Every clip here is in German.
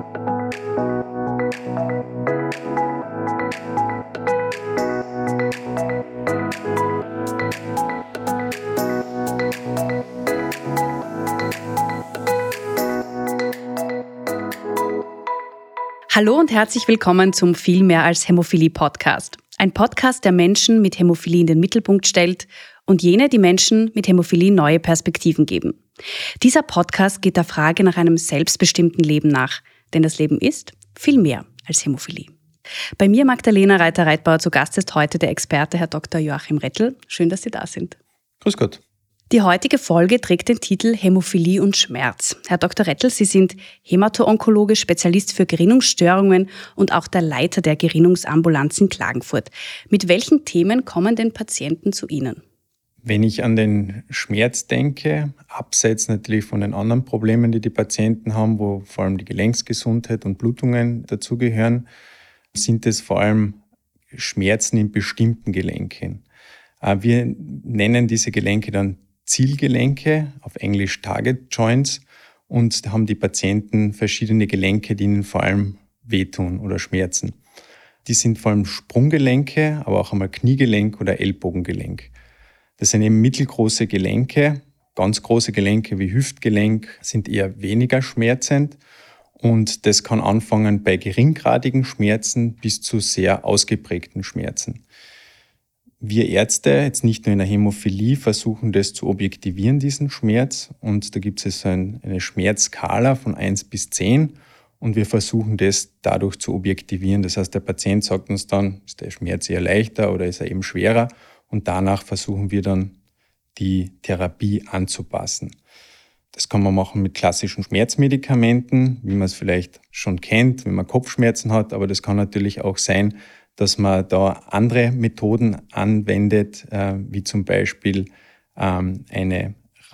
Hallo und herzlich willkommen zum Viel mehr als Hämophilie Podcast. Ein Podcast, der Menschen mit Hämophilie in den Mittelpunkt stellt und jene, die Menschen mit Hämophilie neue Perspektiven geben. Dieser Podcast geht der Frage nach einem selbstbestimmten Leben nach, denn das Leben ist viel mehr als Hämophilie. Bei mir, Magdalena Reiter-Reitbauer, zu Gast ist heute der Experte Herr Dr. Joachim Rettl. Schön, dass Sie da sind. Grüß Gott. Die heutige Folge trägt den Titel Hämophilie und Schmerz. Herr Dr. Rettl, Sie sind Hämato-Onkologe, Spezialist für Gerinnungsstörungen und auch der Leiter der Gerinnungsambulanz in Klagenfurt. Mit welchen Themen kommen denn Patienten zu Ihnen? Wenn ich an den Schmerz denke, abseits natürlich von den anderen Problemen, die die Patienten haben, wo vor allem die Gelenksgesundheit und Blutungen dazugehören, sind es vor allem Schmerzen in bestimmten Gelenken. Wir nennen diese Gelenke dann Zielgelenke, auf Englisch Target Joints, und da haben die Patienten verschiedene Gelenke, die ihnen vor allem wehtun oder schmerzen. Die sind vor allem Sprunggelenke, aber auch einmal Kniegelenk oder Ellbogengelenk. Das sind eben mittelgroße Gelenke. Ganz große Gelenke wie Hüftgelenk sind eher weniger schmerzend, und das kann anfangen bei geringgradigen Schmerzen bis zu sehr ausgeprägten Schmerzen. Wir Ärzte, jetzt nicht nur in der Hämophilie, versuchen das zu objektivieren, diesen Schmerz. Und da gibt es so eine Schmerzskala von 1 bis 10. Und wir versuchen das dadurch zu objektivieren. Das heißt, der Patient sagt uns dann, ist der Schmerz eher leichter oder ist er eben schwerer? Und danach versuchen wir dann, die Therapie anzupassen. Das kann man machen mit klassischen Schmerzmedikamenten, wie man es vielleicht schon kennt, wenn man Kopfschmerzen hat. Aber das kann natürlich auch sein, dass man da andere Methoden anwendet, wie zum Beispiel eine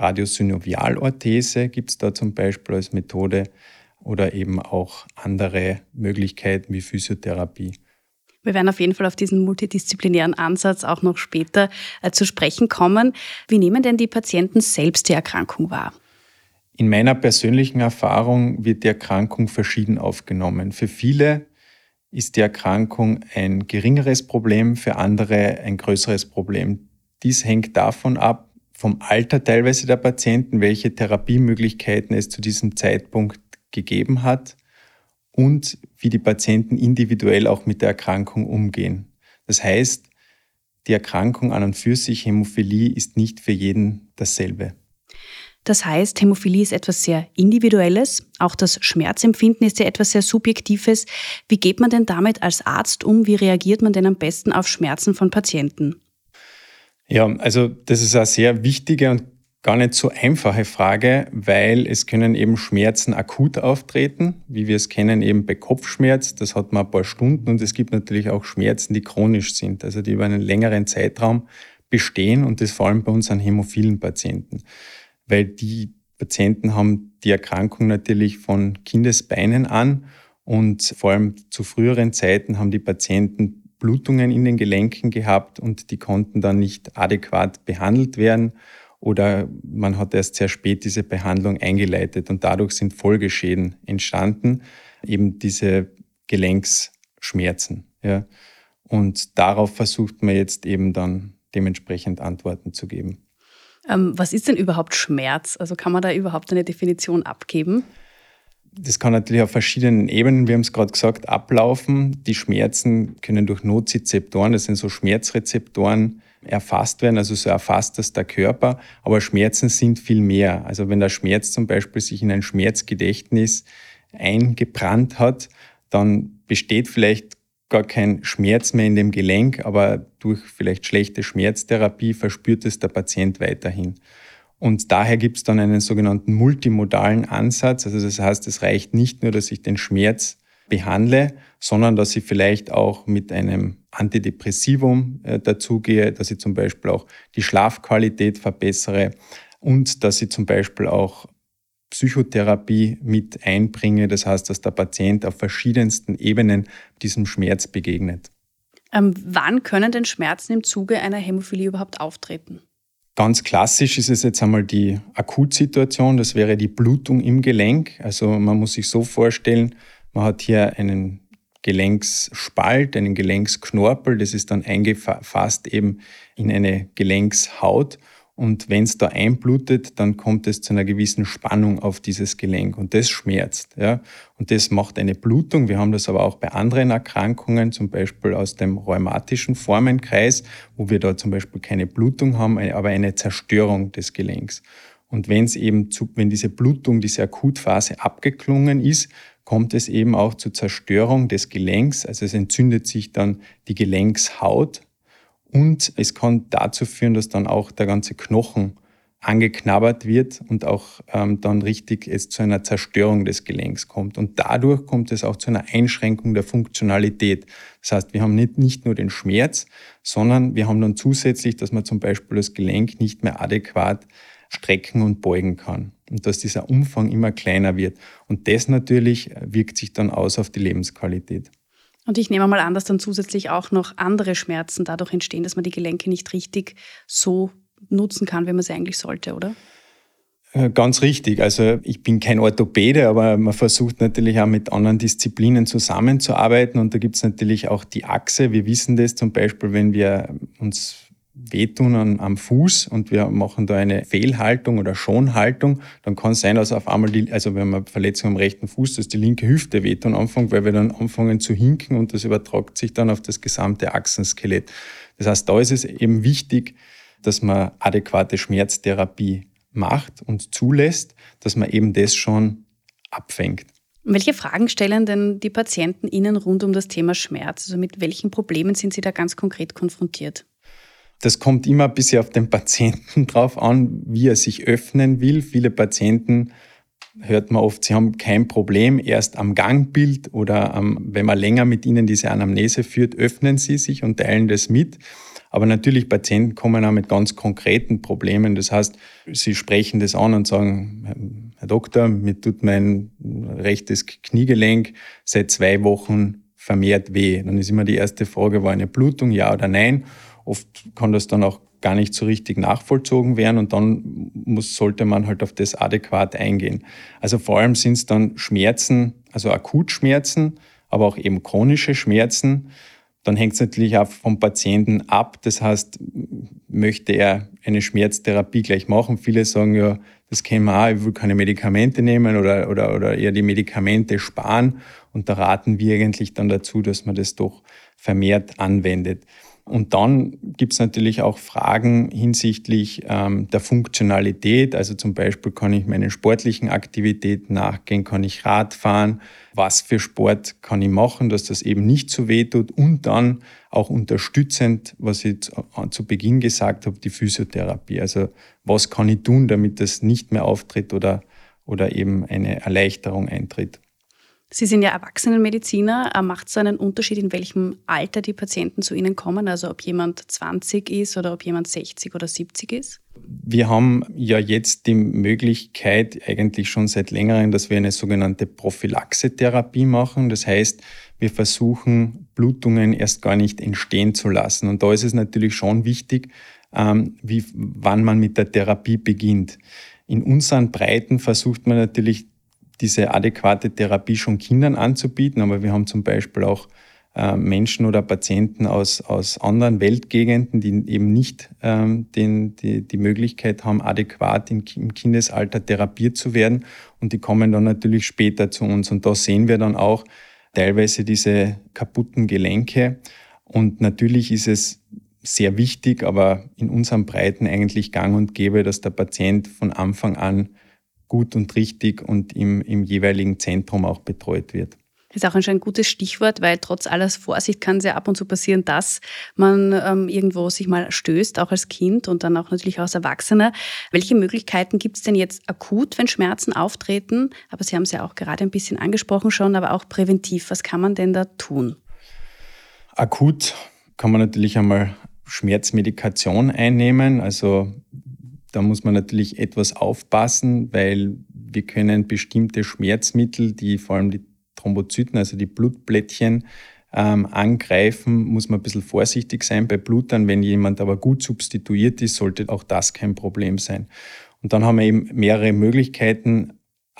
Radiosynovialorthese gibt es da zum Beispiel als Methode, oder eben auch andere Möglichkeiten wie Physiotherapie. Wir werden auf jeden Fall auf diesen multidisziplinären Ansatz auch noch später zu sprechen kommen. Wie nehmen denn die Patienten selbst die Erkrankung wahr? In meiner persönlichen Erfahrung wird die Erkrankung verschieden aufgenommen. Für viele ist die Erkrankung ein geringeres Problem, für andere ein größeres Problem. Dies hängt davon ab, vom Alter teilweise der Patienten, welche Therapiemöglichkeiten es zu diesem Zeitpunkt gegeben hat und wie die Patienten individuell auch mit der Erkrankung umgehen. Das heißt, die Erkrankung an und für sich, Hämophilie, ist nicht für jeden dasselbe. Das heißt, Hämophilie ist etwas sehr Individuelles. Auch das Schmerzempfinden ist ja etwas sehr Subjektives. Wie geht man denn damit als Arzt um? Wie reagiert man denn am besten auf Schmerzen von Patienten? Ja, also das ist eine sehr wichtige und gar nicht so einfache Frage, weil es können eben Schmerzen akut auftreten, wie wir es kennen eben bei Kopfschmerz. Das hat man ein paar Stunden, und es gibt natürlich auch Schmerzen, die chronisch sind, also die über einen längeren Zeitraum bestehen, und das vor allem bei uns an hämophilen Patienten. Weil die Patienten haben die Erkrankung natürlich von Kindesbeinen an, und vor allem zu früheren Zeiten haben die Patienten Blutungen in den Gelenken gehabt, und die konnten dann nicht adäquat behandelt werden, oder man hat erst sehr spät diese Behandlung eingeleitet, und dadurch sind Folgeschäden entstanden, eben diese Gelenksschmerzen. Ja. Und darauf versucht man jetzt eben dann dementsprechend Antworten zu geben. Was ist denn überhaupt Schmerz? Also kann man da überhaupt eine Definition abgeben? Das kann natürlich auf verschiedenen Ebenen, wir haben es gerade gesagt, ablaufen. Die Schmerzen können durch Nozizeptoren, das sind so Schmerzrezeptoren, erfasst werden, also so erfasst das der Körper. Aber Schmerzen sind viel mehr. Also wenn der Schmerz zum Beispiel sich in ein Schmerzgedächtnis eingebrannt hat, dann besteht vielleicht gar kein Schmerz mehr in dem Gelenk, aber durch vielleicht schlechte Schmerztherapie verspürt es der Patient weiterhin. Und daher gibt es dann einen sogenannten multimodalen Ansatz. Also das heißt, es reicht nicht nur, dass ich den Schmerz behandle, sondern dass ich vielleicht auch mit einem Antidepressivum dazugehe, dass ich zum Beispiel auch die Schlafqualität verbessere und dass ich zum Beispiel auch Psychotherapie mit einbringe. Das heißt, dass der Patient auf verschiedensten Ebenen diesem Schmerz begegnet. Wann können denn Schmerzen im Zuge einer Hämophilie überhaupt auftreten? Ganz klassisch ist es jetzt einmal die Akutsituation, das wäre die Blutung im Gelenk. Also man muss sich so vorstellen, Man hat hier einen Gelenksspalt, einen Gelenksknorpel, das ist dann eingefasst eben in eine Gelenkshaut. Und wenn es da einblutet, dann kommt es zu einer gewissen Spannung auf dieses Gelenk und das schmerzt. Ja? Und das macht eine Blutung. Wir haben das aber auch bei anderen Erkrankungen, zum Beispiel aus dem rheumatischen Formenkreis, wo wir da zum Beispiel keine Blutung haben, aber eine Zerstörung des Gelenks. Und wenn diese Blutung, diese Akutphase abgeklungen ist, kommt es eben auch zur Zerstörung des Gelenks. Also es entzündet sich dann die Gelenkshaut. Und es kann dazu führen, dass dann auch der ganze Knochen angeknabbert wird und auch dann richtig es zu einer Zerstörung des Gelenks kommt. Und dadurch kommt es auch zu einer Einschränkung der Funktionalität. Das heißt, wir haben nicht nur den Schmerz, sondern wir haben dann zusätzlich, dass man zum Beispiel das Gelenk nicht mehr adäquat strecken und beugen kann. Und dass dieser Umfang immer kleiner wird. Und das natürlich wirkt sich dann aus auf die Lebensqualität. Und ich nehme mal an, dass dann zusätzlich auch noch andere Schmerzen dadurch entstehen, dass man die Gelenke nicht richtig so nutzen kann, wie man sie eigentlich sollte, oder? Ganz richtig. Also ich bin kein Orthopäde, aber man versucht natürlich auch mit anderen Disziplinen zusammenzuarbeiten. Und da gibt es natürlich auch die Achse. Wir wissen das zum Beispiel, wenn wir uns wehtun am Fuß und wir machen da eine Fehlhaltung oder Schonhaltung, dann kann es sein, dass auf einmal wenn wir eine Verletzung am rechten Fuß, dass die linke Hüfte wehtun anfängt, weil wir dann anfangen zu hinken und das übertragt sich dann auf das gesamte Achsenskelett. Das heißt, da ist es eben wichtig, dass man adäquate Schmerztherapie macht und zulässt, dass man eben das schon abfängt. Welche Fragen stellen denn die Patienten Ihnen rund um das Thema Schmerz? Also mit welchen Problemen sind Sie da ganz konkret konfrontiert? Das kommt immer ein bisschen auf den Patienten drauf an, wie er sich öffnen will. Viele Patienten hört man oft, sie haben kein Problem, erst am Gangbild oder wenn man länger mit ihnen diese Anamnese führt, öffnen sie sich und teilen das mit. Aber natürlich, Patienten kommen auch mit ganz konkreten Problemen. Das heißt, sie sprechen das an und sagen, Herr Doktor, mir tut mein rechtes Kniegelenk seit 2 Wochen vermehrt weh. Dann ist immer die erste Frage, war eine Blutung, ja oder nein? Oft kann das dann auch gar nicht so richtig nachvollzogen werden und dann sollte man halt auf das adäquat eingehen. Also vor allem sind es dann Schmerzen, also Akutschmerzen, aber auch eben chronische Schmerzen. Dann hängt es natürlich auch vom Patienten ab. Das heißt, möchte er eine Schmerztherapie gleich machen? Viele sagen ja, das kennen wir auch, ich will keine Medikamente nehmen oder eher die Medikamente sparen. Und da raten wir eigentlich dann dazu, dass man das doch vermehrt anwendet. Und dann gibt es natürlich auch Fragen hinsichtlich der Funktionalität. Also zum Beispiel, kann ich meinen sportlichen Aktivitäten nachgehen, kann ich Rad fahren, was für Sport kann ich machen, dass das eben nicht so weh tut. Und dann auch unterstützend, was ich zu Beginn gesagt habe, die Physiotherapie. Also was kann ich tun, damit das nicht mehr auftritt oder eben eine Erleichterung eintritt. Sie sind ja Erwachsenenmediziner. Macht es einen Unterschied, in welchem Alter die Patienten zu Ihnen kommen? Also ob jemand 20 ist oder ob jemand 60 oder 70 ist? Wir haben ja jetzt die Möglichkeit, eigentlich schon seit längerem, dass wir eine sogenannte Prophylaxetherapie machen. Das heißt, wir versuchen, Blutungen erst gar nicht entstehen zu lassen. Und da ist es natürlich schon wichtig, wann man mit der Therapie beginnt. In unseren Breiten versucht man natürlich, diese adäquate Therapie schon Kindern anzubieten, aber wir haben zum Beispiel auch Menschen oder Patienten aus anderen Weltgegenden, die eben nicht die Möglichkeit haben, adäquat im Kindesalter therapiert zu werden und die kommen dann natürlich später zu uns und da sehen wir dann auch teilweise diese kaputten Gelenke und natürlich ist es sehr wichtig, aber in unseren Breiten eigentlich gang und gäbe, dass der Patient von Anfang an gut und richtig und im jeweiligen Zentrum auch betreut wird. Das ist auch ein gutes Stichwort, weil trotz aller Vorsicht kann es ja ab und zu passieren, dass man irgendwo sich mal stößt, auch als Kind und dann auch natürlich als Erwachsener. Welche Möglichkeiten gibt es denn jetzt akut, wenn Schmerzen auftreten? Aber Sie haben es ja auch gerade ein bisschen angesprochen schon, aber auch präventiv. Was kann man denn da tun? Akut kann man natürlich einmal Schmerzmedikation einnehmen, also da muss man natürlich etwas aufpassen, weil wir können bestimmte Schmerzmittel, die vor allem die Thrombozyten, also die Blutplättchen, angreifen, muss man ein bisschen vorsichtig sein bei Blutern. Wenn jemand aber gut substituiert ist, sollte auch das kein Problem sein. Und dann haben wir eben mehrere Möglichkeiten,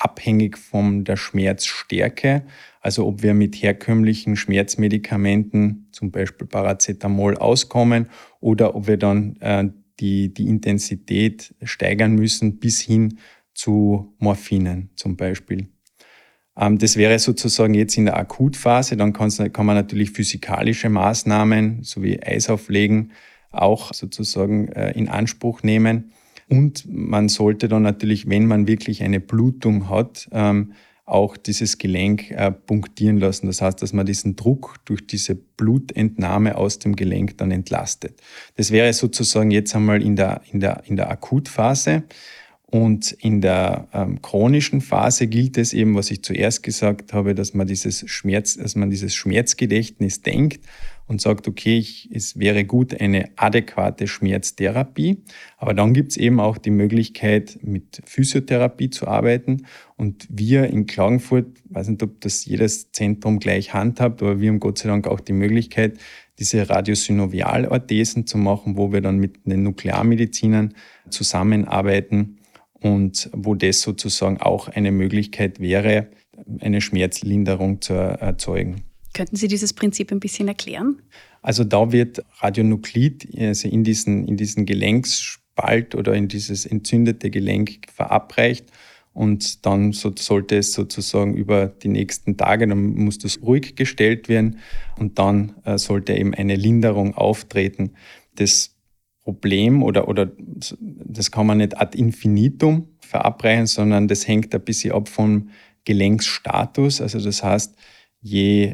abhängig von der Schmerzstärke. Also ob wir mit herkömmlichen Schmerzmedikamenten, zum Beispiel Paracetamol, auskommen oder ob wir dann die Intensität steigern müssen bis hin zu Morphinen zum Beispiel. Das wäre sozusagen jetzt in der Akutphase. Dann kann man natürlich physikalische Maßnahmen sowie Eisauflegen auch sozusagen in Anspruch nehmen. Und man sollte dann natürlich, wenn man wirklich eine Blutung hat, auch dieses Gelenk punktieren lassen. Das heißt, dass man diesen Druck durch diese Blutentnahme aus dem Gelenk dann entlastet. Das wäre sozusagen jetzt einmal in der Akutphase. Und in der chronischen Phase gilt es eben, was ich zuerst gesagt habe, dass man dieses Schmerzgedächtnis denkt und sagt, okay, es wäre gut eine adäquate Schmerztherapie. Aber dann gibt es eben auch die Möglichkeit, mit Physiotherapie zu arbeiten. Und wir in Klagenfurt, ich weiß nicht, ob das jedes Zentrum gleich handhabt, aber wir haben Gott sei Dank auch die Möglichkeit, diese Radiosynovialorthesen zu machen, wo wir dann mit den Nuklearmedizinern zusammenarbeiten und wo das sozusagen auch eine Möglichkeit wäre, eine Schmerzlinderung zu erzeugen. Könnten Sie dieses Prinzip ein bisschen erklären? Also da wird Radionuklid also in diesen Gelenksspalt oder in dieses entzündete Gelenk verabreicht und dann sollte es sozusagen über die nächsten Tage, dann muss das ruhig gestellt werden und dann sollte eben eine Linderung auftreten. Das Problem oder das kann man nicht ad infinitum verabreichen, sondern das hängt ein bisschen ab vom Gelenksstatus. Also das heißt, je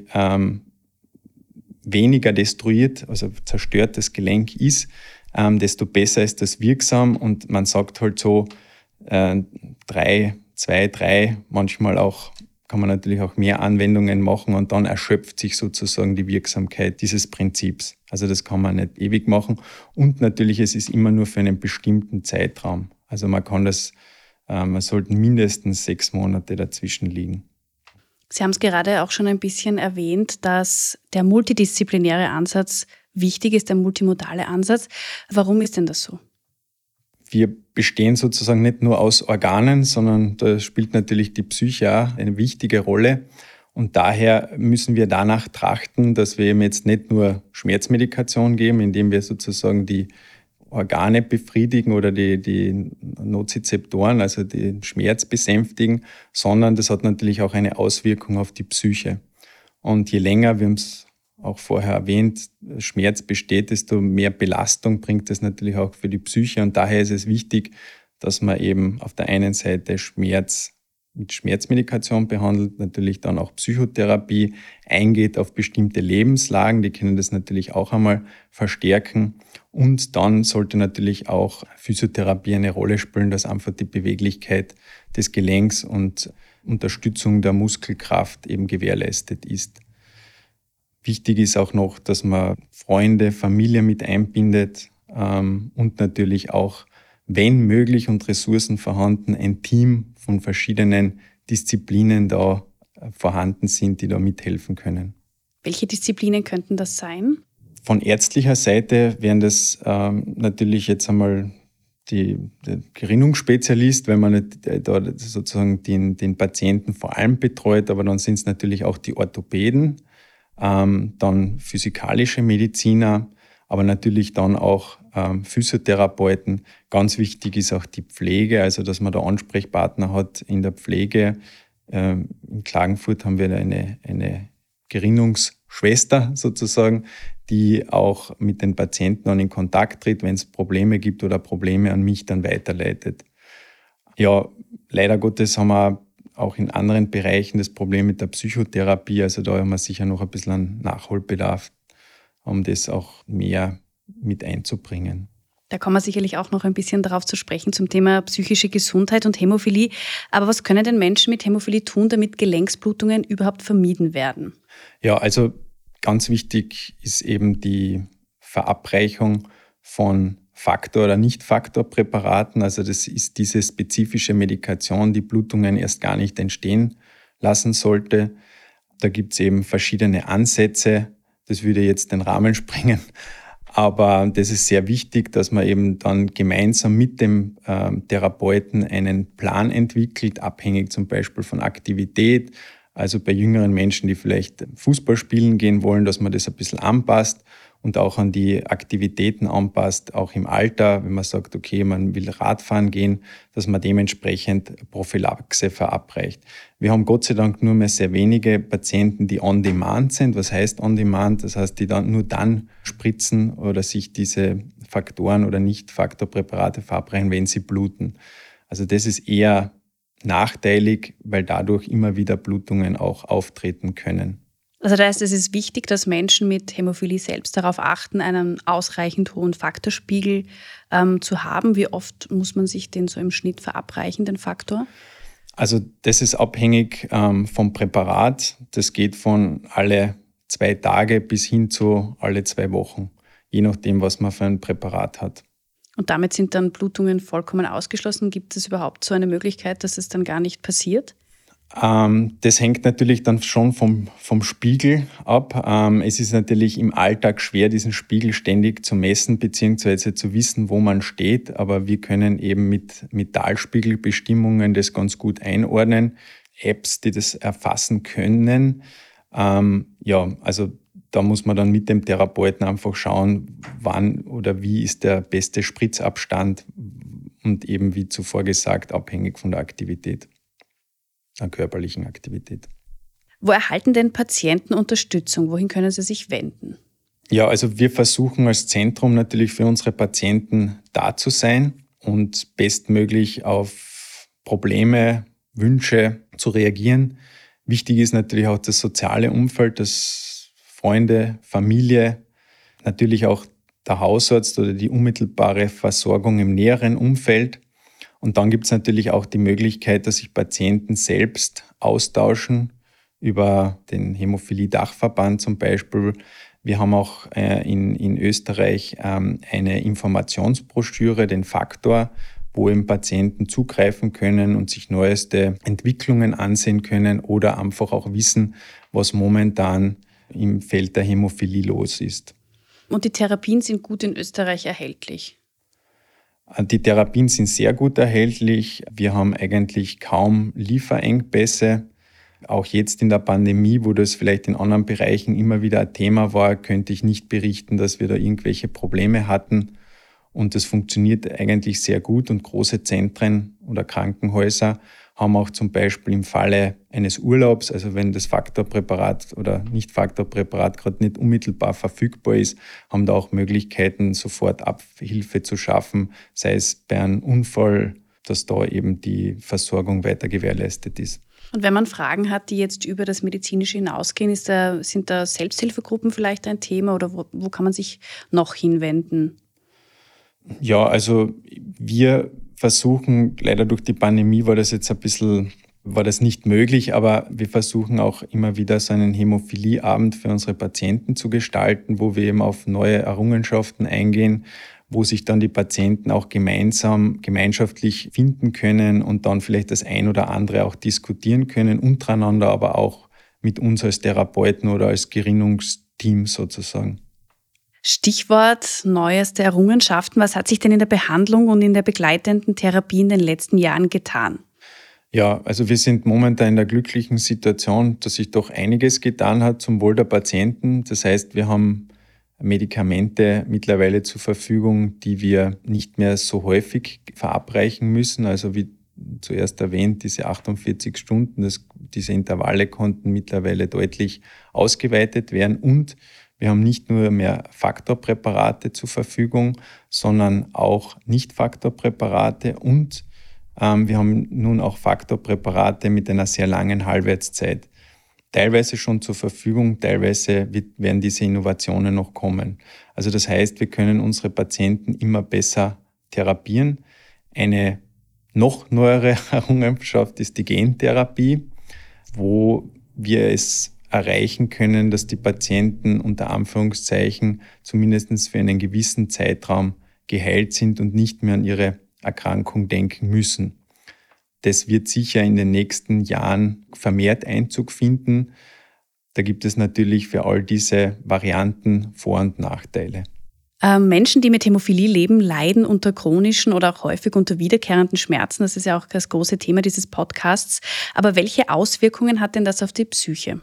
weniger destruiert, also zerstört das Gelenk ist, desto besser ist das wirksam. Und man sagt halt so 3, manchmal auch kann man natürlich auch mehr Anwendungen machen und dann erschöpft sich sozusagen die Wirksamkeit dieses Prinzips. Also das kann man nicht ewig machen und natürlich es ist immer nur für einen bestimmten Zeitraum. Also man sollten mindestens 6 Monate dazwischen liegen. Sie haben es gerade auch schon ein bisschen erwähnt, dass der multidisziplinäre Ansatz wichtig ist, der multimodale Ansatz. Warum ist denn das so? Wir bestehen sozusagen nicht nur aus Organen, sondern da spielt natürlich die Psyche auch eine wichtige Rolle. Und daher müssen wir danach trachten, dass wir eben jetzt nicht nur Schmerzmedikation geben, indem wir sozusagen die Organe befriedigen oder die Nozizeptoren, also den Schmerz besänftigen, sondern das hat natürlich auch eine Auswirkung auf die Psyche. Und je länger, wir haben es auch vorher erwähnt, Schmerz besteht, desto mehr Belastung bringt es natürlich auch für die Psyche. Und daher ist es wichtig, dass man eben auf der einen Seite Schmerz mit Schmerzmedikation behandelt, natürlich dann auch Psychotherapie eingeht auf bestimmte Lebenslagen, die können das natürlich auch einmal verstärken. Und dann sollte natürlich auch Physiotherapie eine Rolle spielen, dass einfach die Beweglichkeit des Gelenks und Unterstützung der Muskelkraft eben gewährleistet ist. Wichtig ist auch noch, dass man Freunde, Familie mit einbindet und natürlich auch, wenn möglich und Ressourcen vorhanden, ein Team von verschiedenen Disziplinen da vorhanden sind, die da mithelfen können. Welche Disziplinen könnten das sein? Von ärztlicher Seite wären das natürlich jetzt einmal der Gerinnungsspezialist, wenn man nicht da sozusagen den Patienten vor allem betreut, aber dann sind es natürlich auch die Orthopäden, dann physikalische Mediziner, aber natürlich dann auch Physiotherapeuten. Ganz wichtig ist auch die Pflege, also dass man da Ansprechpartner hat in der Pflege. In Klagenfurt haben wir eine Gerinnungsschwester sozusagen, die auch mit den Patienten dann in Kontakt tritt, wenn es Probleme gibt oder Probleme an mich dann weiterleitet. Ja, leider Gottes haben wir auch in anderen Bereichen das Problem mit der Psychotherapie. Also da haben wir sicher noch ein bisschen Nachholbedarf, um das auch mehr mit einzubringen. Da kommen wir sicherlich auch noch ein bisschen darauf zu sprechen zum Thema psychische Gesundheit und Hämophilie. Aber was können denn Menschen mit Hämophilie tun, damit Gelenksblutungen überhaupt vermieden werden? Ja, also ganz wichtig ist eben die Verabreichung von Faktor- oder Nicht-Faktor-Präparaten. Also das ist diese spezifische Medikation, die Blutungen erst gar nicht entstehen lassen sollte. Da gibt es eben verschiedene Ansätze. Das würde jetzt den Rahmen sprengen. Aber das ist sehr wichtig, dass man eben dann gemeinsam mit dem Therapeuten einen Plan entwickelt, abhängig zum Beispiel von Aktivität. Also bei jüngeren Menschen, die vielleicht Fußball spielen gehen wollen, dass man das ein bisschen anpasst und auch an die Aktivitäten anpasst, auch im Alter, wenn man sagt, okay, man will Radfahren gehen, dass man dementsprechend Prophylaxe verabreicht. Wir haben Gott sei Dank nur mehr sehr wenige Patienten, die on demand sind. Was heißt on demand? Das heißt, die dann nur dann spritzen oder sich diese Faktoren oder Nicht-Faktorpräparate verabreichen, wenn sie bluten. Also das ist eher nachteilig, weil dadurch immer wieder Blutungen auch auftreten können. Also das heißt, es ist wichtig, dass Menschen mit Hämophilie selbst darauf achten, einen ausreichend hohen Faktorspiegel zu haben. Wie oft muss man sich den so im Schnitt verabreichen, den Faktor? Also das ist abhängig vom Präparat. Das geht von alle 2 Tage bis hin zu alle 2 Wochen, je nachdem, was man für ein Präparat hat. Und damit sind dann Blutungen vollkommen ausgeschlossen. Gibt es überhaupt so eine Möglichkeit, dass es dann gar nicht passiert? Das hängt natürlich dann schon vom Spiegel ab. Es ist natürlich im Alltag schwer, diesen Spiegel ständig zu messen bzw. zu wissen, wo man steht. Aber wir können eben mit Talspiegelbestimmungen das ganz gut einordnen. Apps, die das erfassen können. Also da muss man dann mit dem Therapeuten einfach schauen, wann oder wie ist der beste Spritzabstand und eben, wie zuvor gesagt, abhängig von der Aktivität, der körperlichen Aktivität. Wo erhalten denn Patienten Unterstützung? Wohin können sie sich wenden? Ja, also wir versuchen als Zentrum natürlich für unsere Patienten da zu sein und bestmöglich auf Probleme, Wünsche zu reagieren. Wichtig ist natürlich auch das soziale Umfeld, das Freunde, Familie, natürlich auch der Hausarzt oder die unmittelbare Versorgung im näheren Umfeld. Und dann gibt es natürlich auch die Möglichkeit, dass sich Patienten selbst austauschen über den Hämophilie-Dachverband zum Beispiel. Wir haben auch in Österreich eine Informationsbroschüre, den Faktor, wo eben Patienten zugreifen können und sich neueste Entwicklungen ansehen können oder einfach auch wissen, was momentan im Feld der Hämophilie los ist. Und die Therapien sind gut in Österreich erhältlich? Die Therapien sind sehr gut erhältlich. Wir haben eigentlich kaum Lieferengpässe. Auch jetzt in der Pandemie, wo das vielleicht in anderen Bereichen immer wieder ein Thema war, könnte ich nicht berichten, dass wir da irgendwelche Probleme hatten. Und das funktioniert eigentlich sehr gut. Und große Zentren oder Krankenhäuser haben auch zum Beispiel im Falle eines Urlaubs, also wenn das Faktorpräparat oder Nicht-Faktorpräparat gerade nicht unmittelbar verfügbar ist, haben da auch Möglichkeiten, sofort Abhilfe zu schaffen, sei es bei einem Unfall, dass da eben die Versorgung weiter gewährleistet ist. Und wenn man Fragen hat, die jetzt über das Medizinische hinausgehen, sind da Selbsthilfegruppen vielleicht ein Thema oder wo kann man sich noch hinwenden? Ja, also wir versuchen, leider durch die Pandemie war das nicht möglich, aber wir versuchen auch immer wieder so einen Hämophilieabend für unsere Patienten zu gestalten, wo wir eben auf neue Errungenschaften eingehen, wo sich dann die Patienten auch gemeinschaftlich finden können und dann vielleicht das ein oder andere auch diskutieren können, untereinander, aber auch mit uns als Therapeuten oder als Gerinnungsteam sozusagen. Stichwort neueste Errungenschaften. Was hat sich denn in der Behandlung und in der begleitenden Therapie in den letzten Jahren getan? Ja, also wir sind momentan in der glücklichen Situation, dass sich doch einiges getan hat zum Wohl der Patienten. Das heißt, wir haben Medikamente mittlerweile zur Verfügung, die wir nicht mehr so häufig verabreichen müssen. Also wie zuerst erwähnt, diese 48 Stunden, diese Intervalle konnten mittlerweile deutlich ausgeweitet werden und wir haben nicht nur mehr Faktorpräparate zur Verfügung, sondern auch Nicht-Faktorpräparate und wir haben nun auch Faktorpräparate mit einer sehr langen Halbwertszeit. Teilweise schon zur Verfügung, teilweise werden diese Innovationen noch kommen. Also das heißt, wir können unsere Patienten immer besser therapieren. Eine noch neuere Errungenschaft ist die Gentherapie, wo wir es erreichen können, dass die Patienten unter Anführungszeichen zumindest für einen gewissen Zeitraum geheilt sind und nicht mehr an ihre Erkrankung denken müssen. Das wird sicher in den nächsten Jahren vermehrt Einzug finden. Da gibt es natürlich für all diese Varianten Vor- und Nachteile. Menschen, die mit Hämophilie leben, leiden unter chronischen oder auch häufig unter wiederkehrenden Schmerzen. Das ist ja auch das große Thema dieses Podcasts. Aber welche Auswirkungen hat denn das auf die Psyche?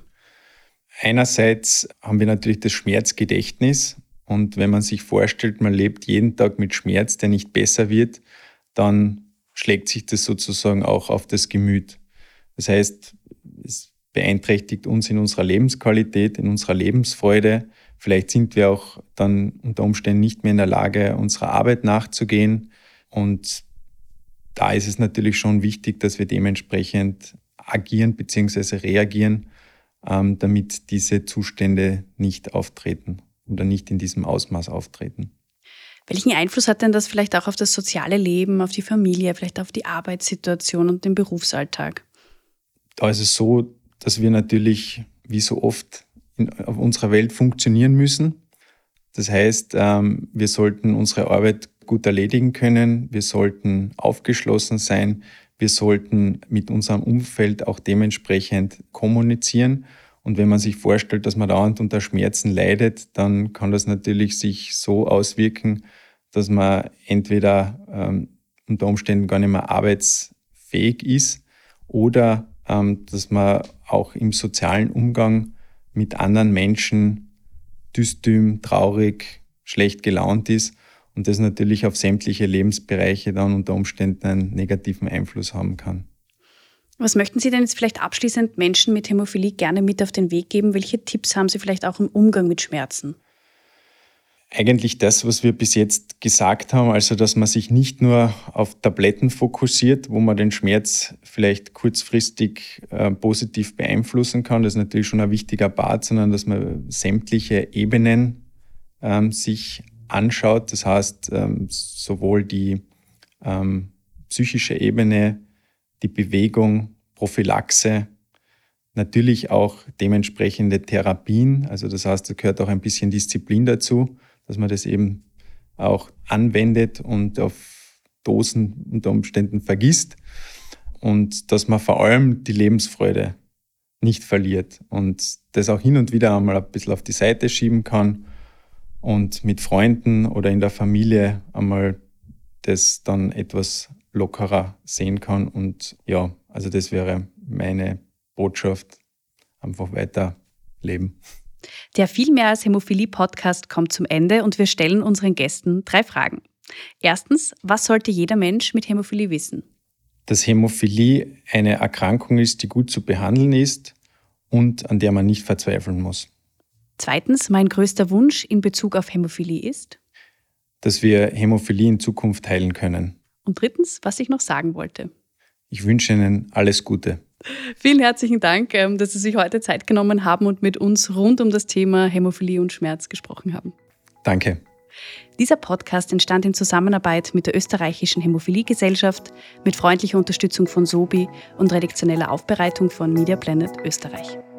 Einerseits haben wir natürlich das Schmerzgedächtnis. Und wenn man sich vorstellt, man lebt jeden Tag mit Schmerz, der nicht besser wird, dann schlägt sich das sozusagen auch auf das Gemüt. Das heißt, es beeinträchtigt uns in unserer Lebensqualität, in unserer Lebensfreude. Vielleicht sind wir auch dann unter Umständen nicht mehr in der Lage, unserer Arbeit nachzugehen. Und da ist es natürlich schon wichtig, dass wir dementsprechend agieren bzw. reagieren, damit diese Zustände nicht auftreten oder nicht in diesem Ausmaß auftreten. Welchen Einfluss hat denn das vielleicht auch auf das soziale Leben, auf die Familie, vielleicht auf die Arbeitssituation und den Berufsalltag? Da ist es so, dass wir natürlich, wie so oft, auf unserer Welt funktionieren müssen. Das heißt, wir sollten unsere Arbeit gut erledigen können, wir sollten aufgeschlossen sein, wir sollten mit unserem Umfeld auch dementsprechend kommunizieren. Und wenn man sich vorstellt, dass man dauernd unter Schmerzen leidet, dann kann das natürlich sich so auswirken, dass man entweder unter Umständen gar nicht mehr arbeitsfähig ist oder dass man auch im sozialen Umgang mit anderen Menschen dystym, traurig, schlecht gelaunt ist und das natürlich auf sämtliche Lebensbereiche dann unter Umständen einen negativen Einfluss haben kann. Was möchten Sie denn jetzt vielleicht abschließend Menschen mit Hämophilie gerne mit auf den Weg geben? Welche Tipps haben Sie vielleicht auch im Umgang mit Schmerzen? Eigentlich das, was wir bis jetzt gesagt haben, also dass man sich nicht nur auf Tabletten fokussiert, wo man den Schmerz vielleicht kurzfristig positiv beeinflussen kann, das ist natürlich schon ein wichtiger Part, sondern dass man sämtliche Ebenen sich anschaut. Das heißt, sowohl die psychische Ebene, die Bewegung, Prophylaxe, natürlich auch dementsprechende Therapien. Also das heißt, da gehört auch ein bisschen Disziplin dazu, dass man das eben auch anwendet und auf Dosen unter Umständen vergisst und dass man vor allem die Lebensfreude nicht verliert und das auch hin und wieder einmal ein bisschen auf die Seite schieben kann und mit Freunden oder in der Familie einmal das dann etwas lockerer sehen kann. Und ja, also das wäre meine Botschaft, einfach weiter leben. Der Viel mehr als Hämophilie-Podcast kommt zum Ende und wir stellen unseren Gästen 3 Fragen. Erstens, was sollte jeder Mensch mit Hämophilie wissen? Dass Hämophilie eine Erkrankung ist, die gut zu behandeln ist und an der man nicht verzweifeln muss. Zweitens, mein größter Wunsch in Bezug auf Hämophilie ist? Dass wir Hämophilie in Zukunft heilen können. Und drittens, was ich noch sagen wollte. Ich wünsche Ihnen alles Gute. Vielen herzlichen Dank, dass Sie sich heute Zeit genommen haben und mit uns rund um das Thema Hämophilie und Schmerz gesprochen haben. Danke. Dieser Podcast entstand in Zusammenarbeit mit der Österreichischen Hämophilie-Gesellschaft, mit freundlicher Unterstützung von Sobi und redaktioneller Aufbereitung von Media Planet Österreich.